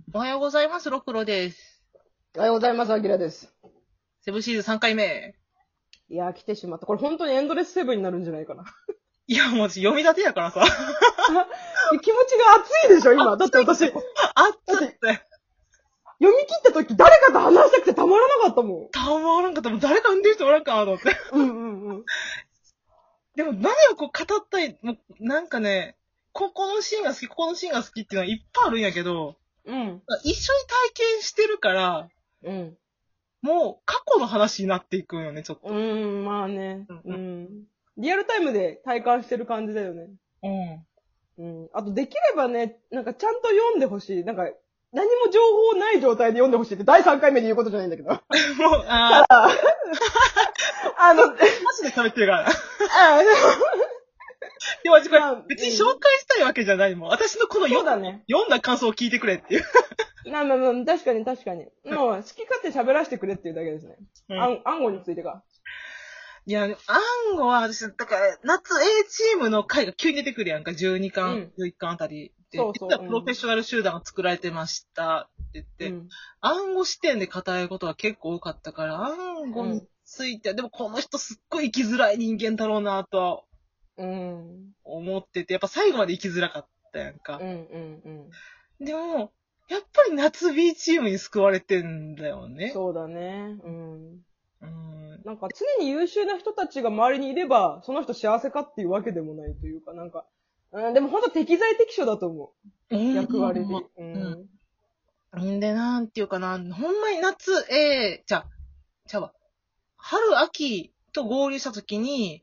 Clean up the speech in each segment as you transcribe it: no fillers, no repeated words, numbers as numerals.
おはようございます、ろくろです。 おはようございます、アキラです。 セブンシーズ3回目。 いやー、来てしまった。これ本当にエンドレスセブンになるんじゃないかな。 いや、もう読み立てやからさ。 気持ちが熱いでしょ、今。だって私、だってあっつって。 読み切った時誰かと話したくてたまらなかったもん。 たまらんかった。もう誰か産んでる人おらんかなと思って。 うん。 でも何をこう語ったい、もうなんかね、ここのシーンが好き、ここのシーンが好きっていうのはいっぱいあるんやけど、 うん。 一緒に体験してるから、 うん。 もう過去の話になっていくんよね、ちょっと。 まあね。 うん。 リアルタイムで体感してる感じだよね。 うん。 あと、できればね、なんかちゃんと読んでほしい。なんか、何も情報ない状態で読んでほしいって第3回目で言うことじゃないんだけど。 もう、マジで喋ってるから。でも、これ、別に紹介したいわけじゃないもん。私のこのそうだね。 読んだ感想を聞いてくれっていう。 確かに。もう、好き勝手喋らせてくれっていうだけですね。暗号についてか。 いや、暗号は私、だから、夏 A チームの回が急に出てくるやんか、12巻、11巻あたりで。 そう。 実はプロフェッショナル集団が作られてましたって言って、暗号視点で語ることが結構多かったから、暗号については、でもこの人すっごい生きづらい人間だろうなと、思ってて、やっぱ最後まで生きづらかったやんか。でも、やっぱり夏 B チームに救われてんだよね。 そうだね。なんか常に優秀な人たちが周りにいれば、その人幸せかっていうわけでもないというか、なんか、でも本当適材適所だと思う。役割で。 で、なんていうかな、ほんまに夏 A、ちゃうわ。春秋と合流した時に、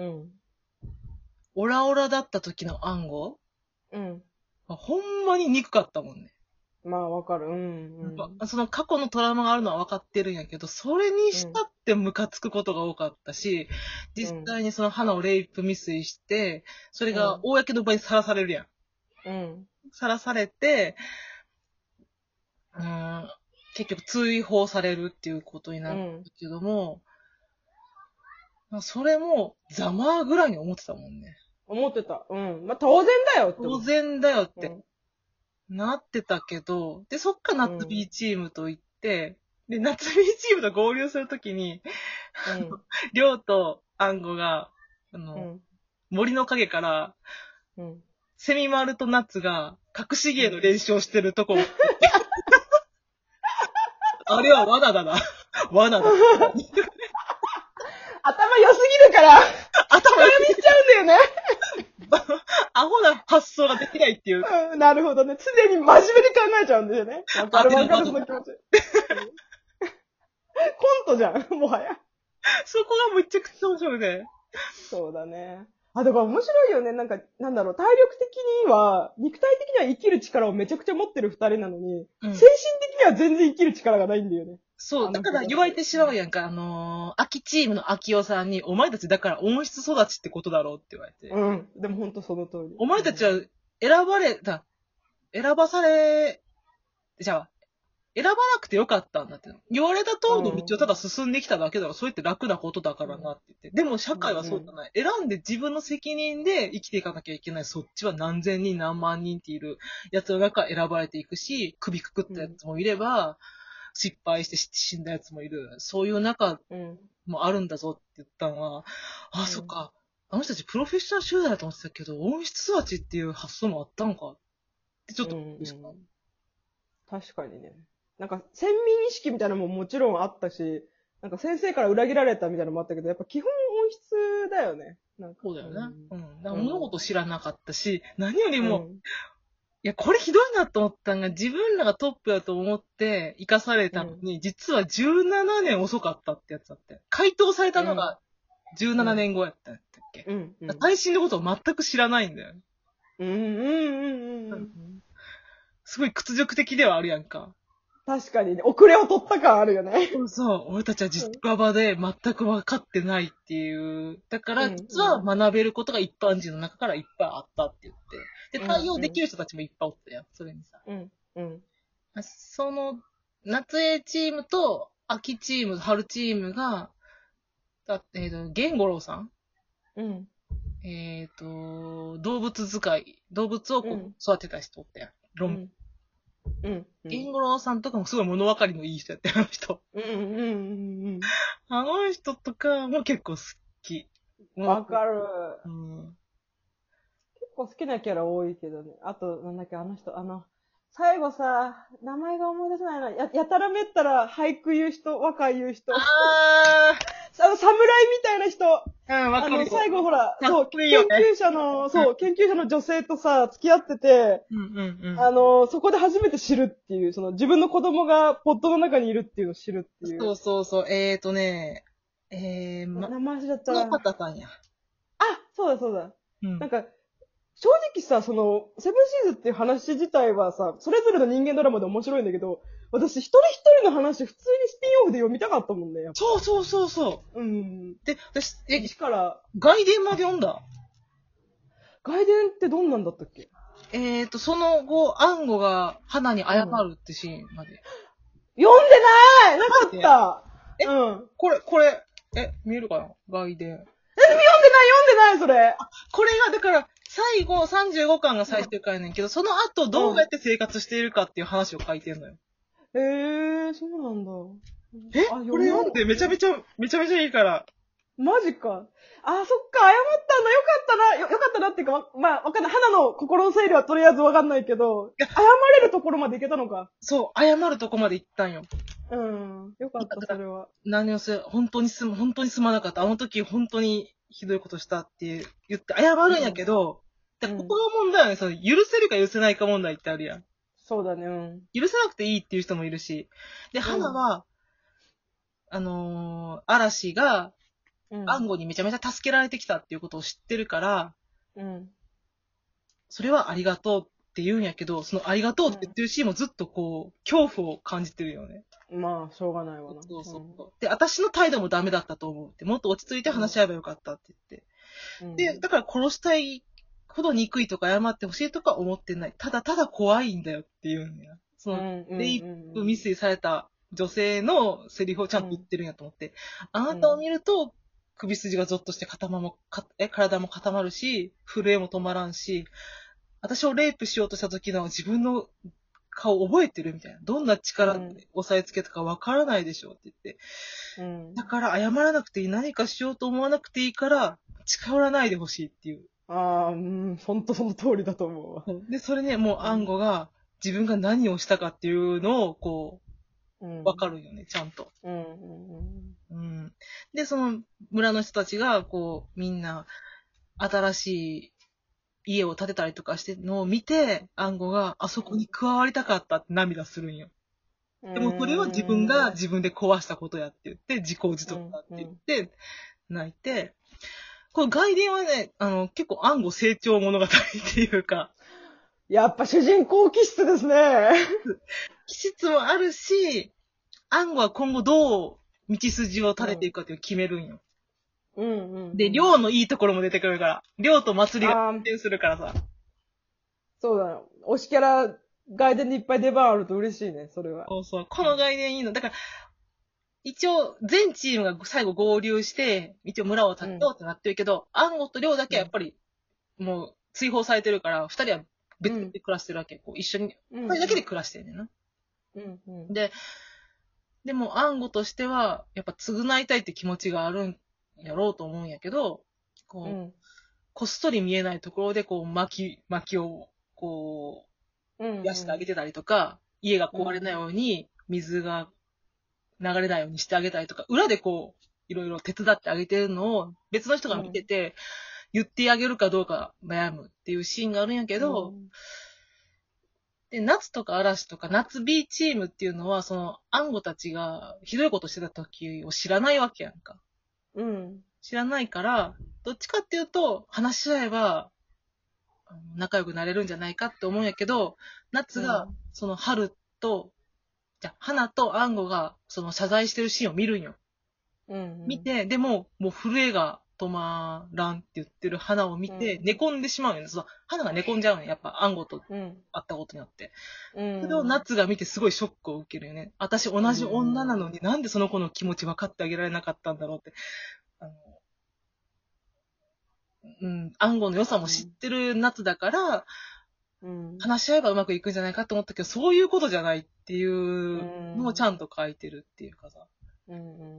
オラオラだった時の暗号ほんまに憎かったもんね。 まあ、わかる。 その過去のトラウマがあるのは分かってるんやけど、それにしたってムカつくことが多かったし、実際にその花をレイプ未遂して、それが公の場にさらされるやん。さらされて、結局追放されるっていうことになったけども、それもざまあぐらいに思ってたもんね。 思ってた。まあ、当然だよって。 当然だよって。なってたけど、で、そっから夏 B チームと行って、で、夏 B チームと合流するときに、りょうとアンゴが、森の陰から、セミマルとナッツが隠し芸の練習をしてるとこあれは罠だな。罠だ。 頭良すぎるから、頭読みしちゃうんだよね。 アホな発想ができないっていう。 なるほどね。常に真面目に考えちゃうんだよね。わかるその気持ち。コントじゃん、もはや。 そこがめちゃくちゃ面白いね。 そうだね。だから面白いよね。なんか、なんだろう、体力的には、肉体的には生きる力をめちゃくちゃ持ってる二人なのに、精神的には全然生きる力がないんだよね。 そう、だから言われてしまうやんか、秋チームの秋代さんに、お前たちだから温室育ちってことだろうって言われて。 でもほんとその通り。 お前たちは選ばなくてよかったんだって。言われた通りの道をただ進んできただけだろ。そうやって楽なことだからなって言って。でも社会はそうじゃない。選んで自分の責任で生きていかなきゃいけない。そっちは何千人何万人っているやつの中選ばれていくし、首くくったやつもいれば、失敗して死んだやつもいる。そういう中もあるんだぞって言ったのは、そっか。あの人たちプロフェッショナル集団だと思ってたけど、温室育ちっていう発想もあったのかってちょっと、 確かにね。なんか、先民意識みたいなのももちろんあったし、なんか先生から裏切られたみたいなのもあったけど、やっぱ基本音質だよね。 そうだよね。だから物事知らなかったし、何よりも、いや、これひどいなと思ったのが、自分らがトップだと思って生かされたのに、実は17年遅かったってやつだって。回答されたのが17年後やったんだっけ。最新のことを全く知らないんだよ。すごい屈辱的ではあるやんか。 確かにね、遅れを取った感あるよね。 そう、俺たちは実場で全く分かってないっていう。だから、実は学べることが一般人の中からいっぱいあったって言って。で、対応できる人たちもいっぱいおったやん、それにさ。その、夏 A チームと秋チーム、春チームが、源五郎さん動物使い、動物をこう育てた人ってやん。 うん。 源五郎さんとかもすごい物分かりのいい人やって、あの人。あの人とかも結構好き。 わかる。 うん。 結構好きなキャラ多いけどね。あと、なんだっけ、あの人、最後さ、名前が思い出せないな。やたらめったら俳句言う人、和歌言う人。 あ侍みたいな人。 ー、うん、わかるよ。 最後ほら、 かそう、 っこいいよね。 研究者の女性とさ、付き合ってて、 うんうんうん。 そこで初めて知るっていう、自分の子供がポットの中にいるっていうのを知るっていう。 そうそうそう。 名前忘れちゃったのら。 方さんや。 あ、そうだそうだ。 うん。 なんか、正直さ、セブンシーズっていう話自体はさ、それぞれの人間ドラマで面白いんだけど、私一人一人の話普通にスピンオフで読みたかったもんね、やっぱ。 そうそうそうそうん。 う。で、私、 一から、 外伝まで読んだ。 外伝ってどんなんだったっけ？ その後、アンゴが花に謝るってシーンまで。 読んでないなかったえうん。 これ、見えるかな外伝。 読んでないそれ。 これが、だから、最後、35巻が最終回やねんけど、その後、どうやって生活しているかっていう話を書いてんのよ。 そうなんだ。 これ読んでめちゃめちゃいいから。 マジか。あ、そっか、謝ったんだ。よかったな。よかったなっていうか、まあ、わかんない。花の心の整理はとりあえずわかんないけど、謝れるところまでいけたのか。 そう、謝るとこまで行ったんよ。 うん。よかった、それは。 何をせ、本当にすまなかった。あの時本当にひどいことしたって言って謝るんやけど、ここの問題はね、許せるか許せないか問題ってあるやん。 そうだね、うん。 許せなくていいっていう人もいるし。で、花は、嵐が、アンゴにめちゃめちゃ助けられてきたっていうことを知ってるから、それはありがとうって言うんやけど、そのありがとうって言ってるシーンもずっとこう、恐怖を感じてるよね。 まあ、しょうがないわな。 そうそう。で、私の態度もダメだったと思うって、もっと落ち着いて話し合えばよかったって言って。で、だから殺したいほど憎いとか謝ってほしいとか思ってない。ただただ怖いんだよっていうんだよ。レイプ未遂された女性のセリフをちゃんと言ってるんやと思って。あなたを見ると、首筋がゾッとして体も固まるし、震えも止まらんし、私をレイプしようとした時の自分の顔覚えてるみたいな。どんな力で押さえつけたかわからないでしょうって言って。だから謝らなくていい。何かしようと思わなくていいから、近寄らないでほしいっていう。 ほんとその通りだと思うわ。 で、それね、もうアンゴが自分が何をしたかっていうのを、こう、わかるよね、ちゃんと。で、その村の人たちが、こう、みんな、新しい家を建てたりとかしてるのを見て、アンゴがあそこに加わりたかったって涙するんよ。でもそれは自分が自分で壊したことやって言って、自業自得だって言って、泣いて、この外伝はね、結構アンゴ成長物語っていうか。 やっぱ主人公気質ですね。 気質もあるし、アンゴは今後どう道筋を立てていくかっていうのを決めるんよ。で、亮のいいところも出てくるから。亮と祭りが発展するからさ。 そうだな。推しキャラ、外伝でいっぱい出番あると嬉しいね、それは。 そうそう。この外伝いいの。だから、一応、全チームが最後合流して、一応村を建てようってなってるけど、アンゴと亮だけはやっぱり、もう追放されてるから、二人は別々で暮らしてるわけ。こう一緒に、二人だけで暮らしてるねんな。でも、アンゴとしては、やっぱ償いたいって気持ちがあるんやろうと思うんやけど、こう、こっそり見えないところで、こう、薪を、こう、出してあげてたりとか、家が壊れないように、水が流れないようにしてあげたりとか、裏でこう、いろいろ手伝ってあげてるのを別の人が見てて、言ってあげるかどうか悩むっていうシーンがあるんやけど、で、夏とか嵐とか夏 B チームっていうのは、その、アンゴたちがひどいことしてた時を知らないわけやんか。知らないから、どっちかっていうと、話し合えば、仲良くなれるんじゃないかって思うんやけど、夏が、その春と、花とアンゴが、その謝罪してるシーンを見るんよ。見て、でも、もう震えが止まらんって言ってる花を見て、寝込んでしまうよね。その花が寝込んじゃうね。やっぱ、アンゴと会ったことによって。それを夏が見てすごいショックを受けるよね。私同じ女なのになんでその子の気持ち分かってあげられなかったんだろうって。アンゴの良さも知ってる夏だから、 話し合えばうまくいくんじゃないかと思ったけど、そういうことじゃないっていうのをちゃんと書いてるっていうかさ。 だ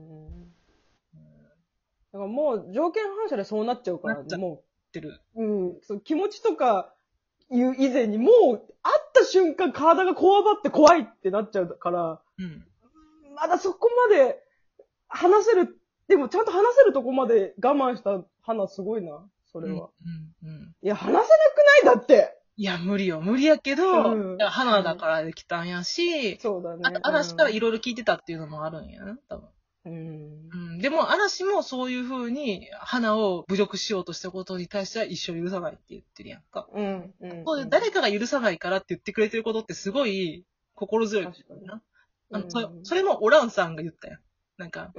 からもう条件反射でそうなっちゃうから、もう。 ってる。 そう気持ちとかいう以前にもう会った瞬間体がこわばって怖いってなっちゃうから、まだそこまで話せる、でもちゃんと話せるとこまで我慢した花すごいな、それは。いや、話せなくないだって。 いや、無理よ。無理やけど、花だからできたんやし、 そうだね。 あと嵐からいろいろ聞いてたっていうのもあるんやな、多分。でも、嵐もそういう風に、花を侮辱しようとしたことに対しては一生許さないって言ってるやんか。誰かが許さないからって言ってくれてることってすごい心強いな。それもオランさんが言ったやん。なんか、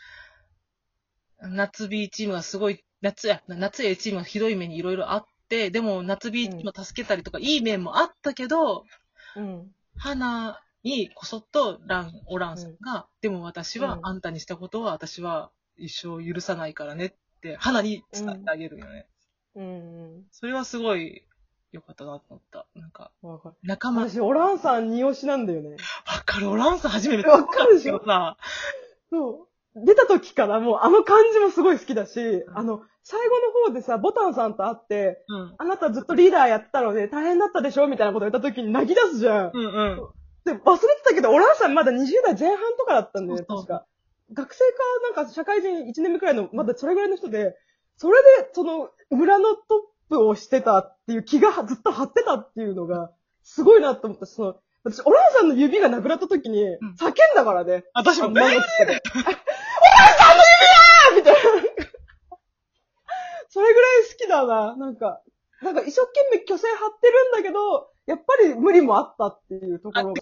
夏 B チームがすごい、夏 A チームがひどい目にいろいろあって、でも夏 B チームを助けたりとか、いい面もあったけど、花にこそっとオランさんが、でも私はあんたにしたことは私は一生許さないからねって花に伝えてあげるよね。それはすごい良かったなと思った。なんか、 仲間。私、オランさん二押しなんだよね。 わかる、オランさん初めてわかるでしょさ。そう。出た時からもうあの感じもすごい好きだし、最後の方でさ、ボタンさんと会って、あなたずっとリーダーやってたので大変だったでしょみたいなこと言った時に泣き出すじゃん。で、忘れてたけど、オランさんまだ20代前半とかだったんだよね、確か。学生か、なんか社会人1年目くらいの、まだそれぐらいの人で、それで、村のトップをしてたっていう気がずっと張ってたっていうのが、すごいなと思った。私、オランさんの指がなくなった時に、叫んだからね。 私も、 オランさんの指だーみたいな。それぐらい好きだな。なんか一生懸命虚勢張ってるんだけど、やっぱり無理もあったっていうところが。